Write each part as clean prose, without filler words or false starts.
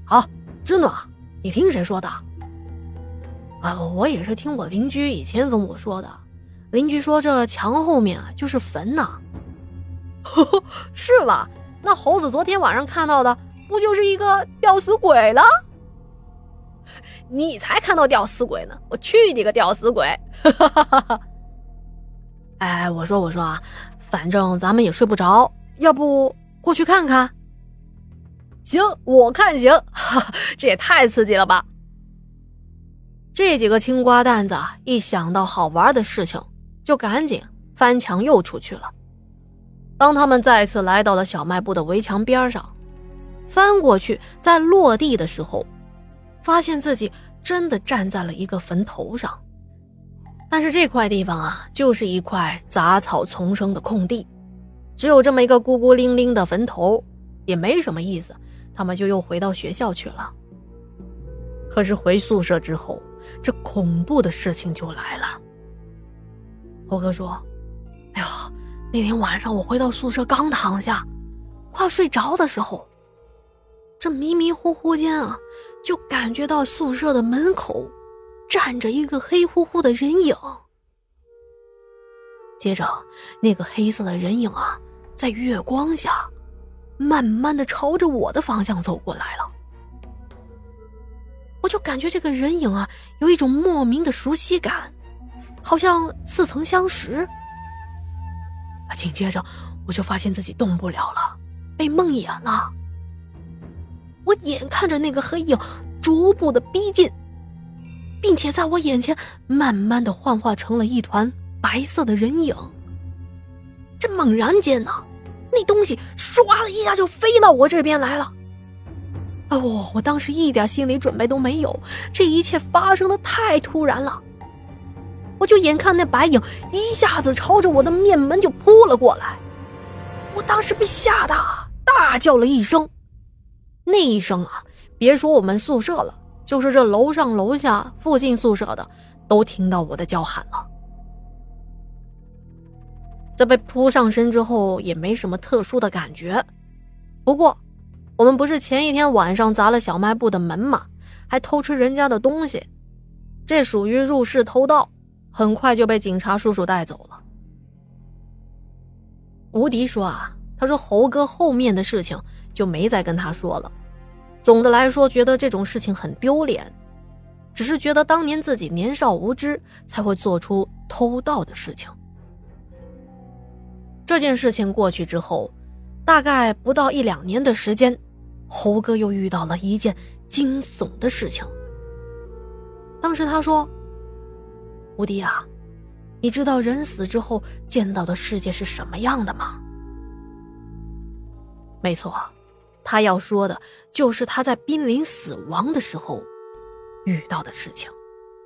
啊，真的啊？你听谁说的？我也是听我邻居以前跟我说的。邻居说这墙后面啊就是坟呐。是吧？那猴子昨天晚上看到的不就是一个吊死鬼了？你才看到吊死鬼呢，我去你个吊死鬼！我说啊，反正咱们也睡不着，要不过去看看？行，我看行。这也太刺激了吧！这几个青瓜蛋子一想到好玩的事情，就赶紧翻墙又出去了。当他们再次来到了小卖部的围墙边上，翻过去，在落地的时候，发现自己真的站在了一个坟头上。但是这块地方啊，就是一块杂草丛生的空地，只有这么一个孤孤零零的坟头，也没什么意思。他们就又回到学校去了。可是回宿舍之后，这恐怖的事情就来了。猴哥说，哎呀，那天晚上我回到宿舍刚躺下，快睡着的时候，这迷迷糊糊间啊，就感觉到宿舍的门口站着一个黑乎乎的人影。接着那个黑色的人影啊，在月光下慢慢的朝着我的方向走过来了。我就感觉这个人影啊，有一种莫名的熟悉感，好像似曾相识。紧接着我就发现自己动不了了，被蒙眼了。我眼看着那个黑影逐步的逼近，并且在我眼前慢慢的幻化成了一团白色的人影。这猛然间呢，那东西唰的一下就飞到我这边来了。我当时一点心理准备都没有，这一切发生的太突然了。我就眼看那白影一下子朝着我的面门就扑了过来，我当时被吓得大叫了一声。那一声啊，别说我们宿舍了，就是这楼上楼下附近宿舍的都听到我的叫喊了。这被扑上身之后也没什么特殊的感觉，不过我们不是前一天晚上砸了小卖部的门吗？还偷吃人家的东西，这属于入室偷盗，很快就被警察叔叔带走了。吴迪说他说猴哥后面的事情就没再跟他说了。总的来说，觉得这种事情很丢脸，只是觉得当年自己年少无知，才会做出偷盗的事情。这件事情过去之后，大概不到1-2年的时间，猴哥又遇到了一件惊悚的事情。当时他说，吴迪啊，你知道人死之后见到的世界是什么样的吗？没错，他要说的就是他在濒临死亡的时候遇到的事情。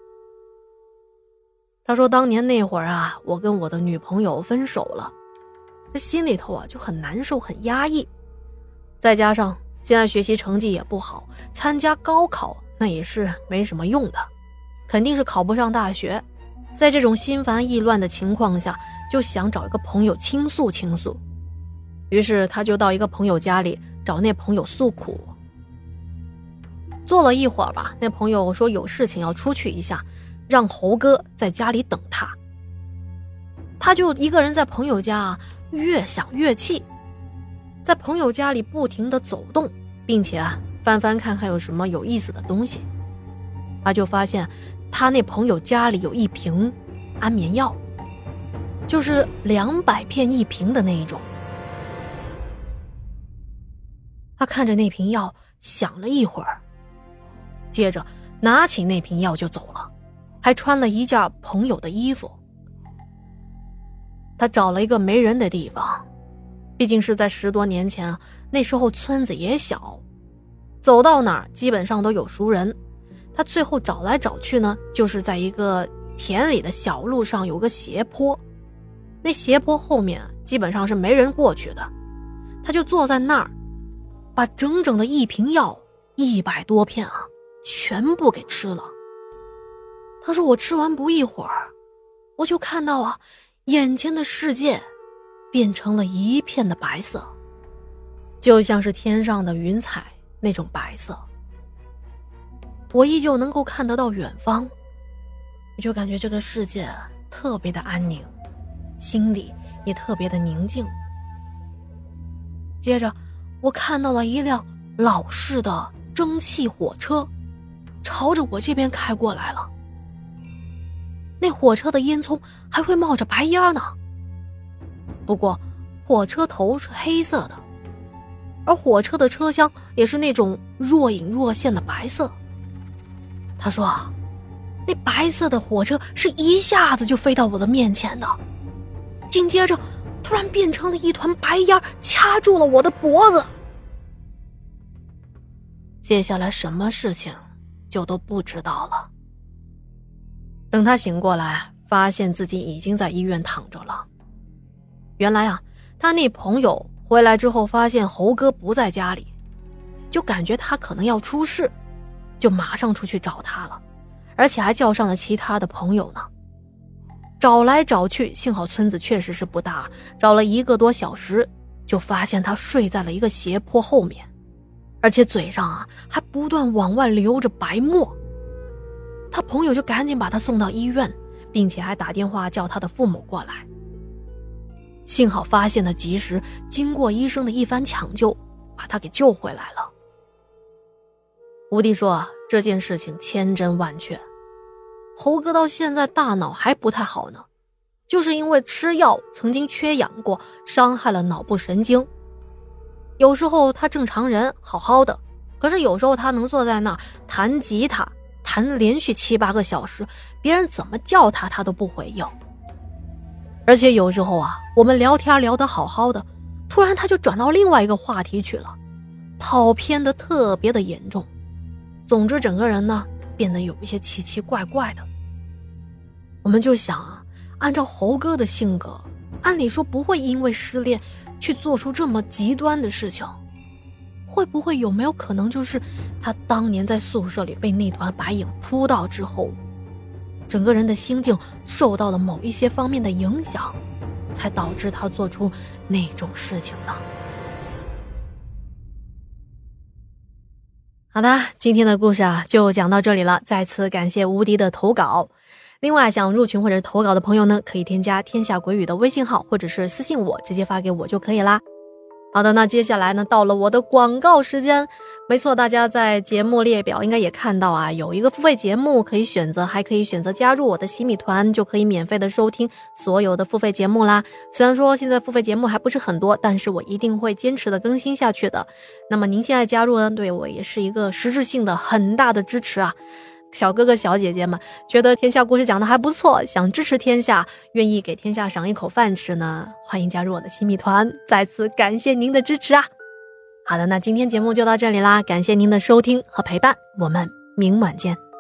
他说当年那会儿啊，我跟我的女朋友分手了，这心里头啊就很难受很压抑，再加上现在学习成绩也不好，参加高考那也是没什么用的，肯定是考不上大学。在这种心烦意乱的情况下，就想找一个朋友倾诉倾诉，于是他就到一个朋友家里找那朋友诉苦。坐了一会儿吧，那朋友说有事情要出去一下，让猴哥在家里等他。他就一个人在朋友家越想越气，在朋友家里不停地走动，并且翻翻看看有什么有意思的东西。他就发现他那朋友家里有一瓶安眠药，就是200片一瓶的那一种。他看着那瓶药想了一会儿，接着拿起那瓶药就走了，还穿了一件朋友的衣服。他找了一个没人的地方，毕竟是在10多年前，那时候村子也小，走到哪儿基本上都有熟人。他最后找来找去呢，就是在一个田里的小路上有个斜坡，那斜坡后面基本上是没人过去的。他就坐在那儿，把整整的一瓶药100多片全部给吃了。他说我吃完不一会儿，我就看到眼前的世界变成了一片的白色，就像是天上的云彩那种白色。 我依旧能够看得到远方，我就感觉这个世界特别的安宁，心里也特别的宁静。接着我看到了一辆老式的蒸汽火车朝着我这边开过来了，那火车的烟囱还会冒着白烟呢。不过火车头是黑色的，而火车的车厢也是那种若隐若现的白色。他说那白色的火车是一下子就飞到我的面前的，紧接着突然变成了一团白烟，掐住了我的脖子。接下来什么事情就都不知道了。等他醒过来，发现自己已经在医院躺着了。原来他那朋友回来之后发现猴哥不在家里，就感觉他可能要出事，就马上出去找他了，而且还叫上了其他的朋友呢。找来找去，幸好村子确实是不大，找了1个多小时，就发现他睡在了一个斜坡后面，而且嘴上还不断往外流着白沫。他朋友就赶紧把他送到医院，并且还打电话叫他的父母过来。幸好发现的及时，经过医生的一番抢救，把他给救回来了。吴迪说这件事情千真万确，猴哥到现在大脑还不太好呢，就是因为吃药曾经缺氧过，伤害了脑部神经。有时候他正常人好好的，可是有时候他能坐在那儿弹吉他，弹连续7、8个小时，别人怎么叫他他都不回应。而且有时候我们聊天聊得好好的，突然他就转到另外一个话题去了，跑偏得特别的严重。总之整个人呢变得有一些奇奇怪怪的。我们就想按照猴哥的性格，按理说不会因为失恋去做出这么极端的事情，会不会有没有可能就是他当年在宿舍里被那团白影扑到之后，整个人的心境受到了某一些方面的影响，才导致他做出那种事情呢？好的，今天的故事就讲到这里了，再次感谢无敌的投稿。另外想入群或者投稿的朋友呢，可以添加天下鬼语的微信号，或者是私信我，直接发给我就可以啦。好的，那接下来呢，到了我的广告时间。没错，大家在节目列表应该也看到有一个付费节目可以选择，还可以选择加入我的洗米团，就可以免费的收听所有的付费节目啦。虽然说现在付费节目还不是很多，但是我一定会坚持的更新下去的。那么您现在加入呢，对我也是一个实质性的很大的支持啊。小哥哥小姐姐们觉得天下故事讲的还不错，想支持天下，愿意给天下赏一口饭吃呢，欢迎加入我的洗米团，再次感谢您的支持啊。好的，那今天节目就到这里啦，感谢您的收听和陪伴，我们明晚见。